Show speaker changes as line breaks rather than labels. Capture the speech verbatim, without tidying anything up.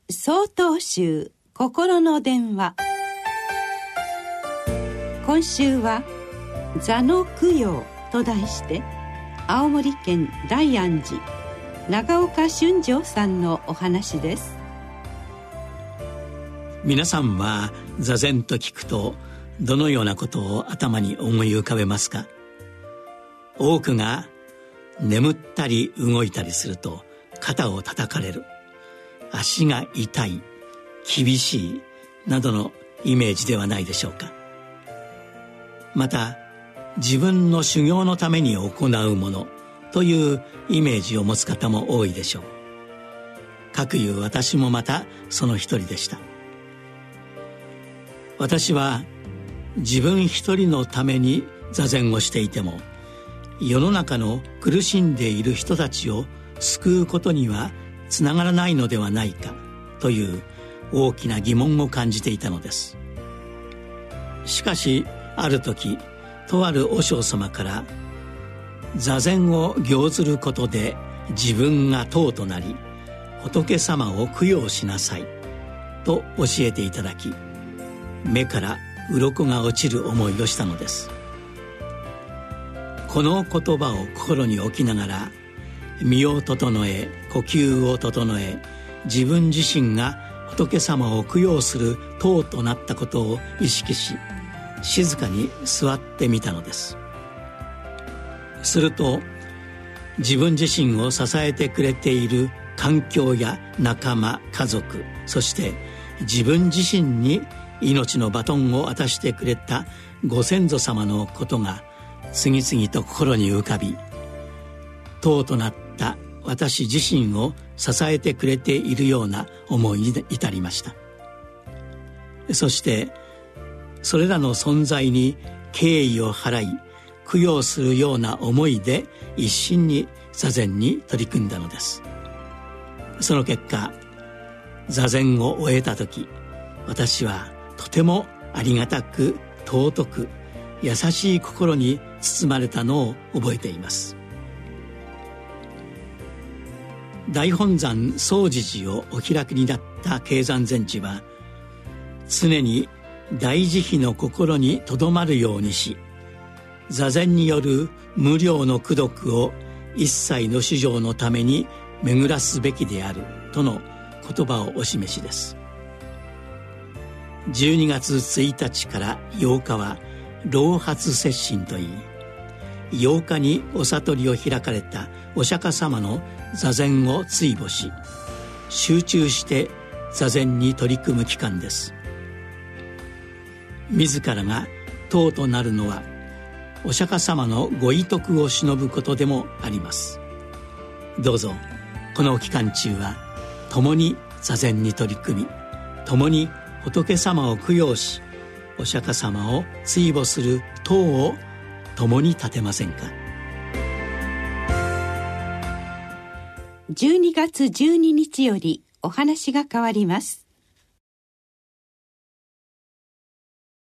曹洞宗心の電話。今週は座の供養と題して、青森県大安寺長岡俊丈さんのお話です。
皆さんは座禅と聞くとどのようなことを頭に思い浮かべますか？多くが眠ったり動いたりすると肩を叩かれる、足が痛い、厳しいなどのイメージではないでしょうか。また自分の修行のために行うものというイメージを持つ方も多いでしょう。かくいう私もまたその一人でした。私は自分一人のために座禅をしていても、世の中の苦しんでいる人たちを救うことにはつながらないのではないかという大きな疑問を感じていたのです。しかしある時、とある和尚様から座禅を行ずることで自分が塔となり仏様を供養しなさいと教えていただき、目から鱗が落ちる思いをしたのです。この言葉を心に置きながら、身を整え、呼吸を整え、自分自身が仏様を供養する塔となったことを意識し、静かに座ってみたのです。すると、自分自身を支えてくれている環境や仲間、家族、そして自分自身に命のバトンを渡してくれたご先祖様のことが次々と心に浮かび、塔となった私自身を支えてくれているような思いに至りました。そしてそれらの存在に敬意を払い供養するような思いで一心に座禅に取り組んだのです。その結果、座禅を終えた時、私はとてもありがたく尊く優しい心に包まれたのを覚えています。大本山総持寺をお開きになった恵山禅師は、常に大慈悲の心にとどまるようにし、座禅による無量の功徳を一切の衆生のために巡らすべきであるとの言葉をお示しです。じゅうにがつついたちからようかは老発摂心といい、ようかにお悟りを開かれたお釈迦様の座禅を追慕し、集中して座禅に取り組む期間です。自らが塔となるのはお釈迦様のご遺徳を偲ぶことでもあります。どうぞこの期間中は共に座禅に取り組み、共に仏様を供養し、お釈迦様を追慕する塔を共に立てませんか。
じゅうにがつじゅうににちよりお話が変わります。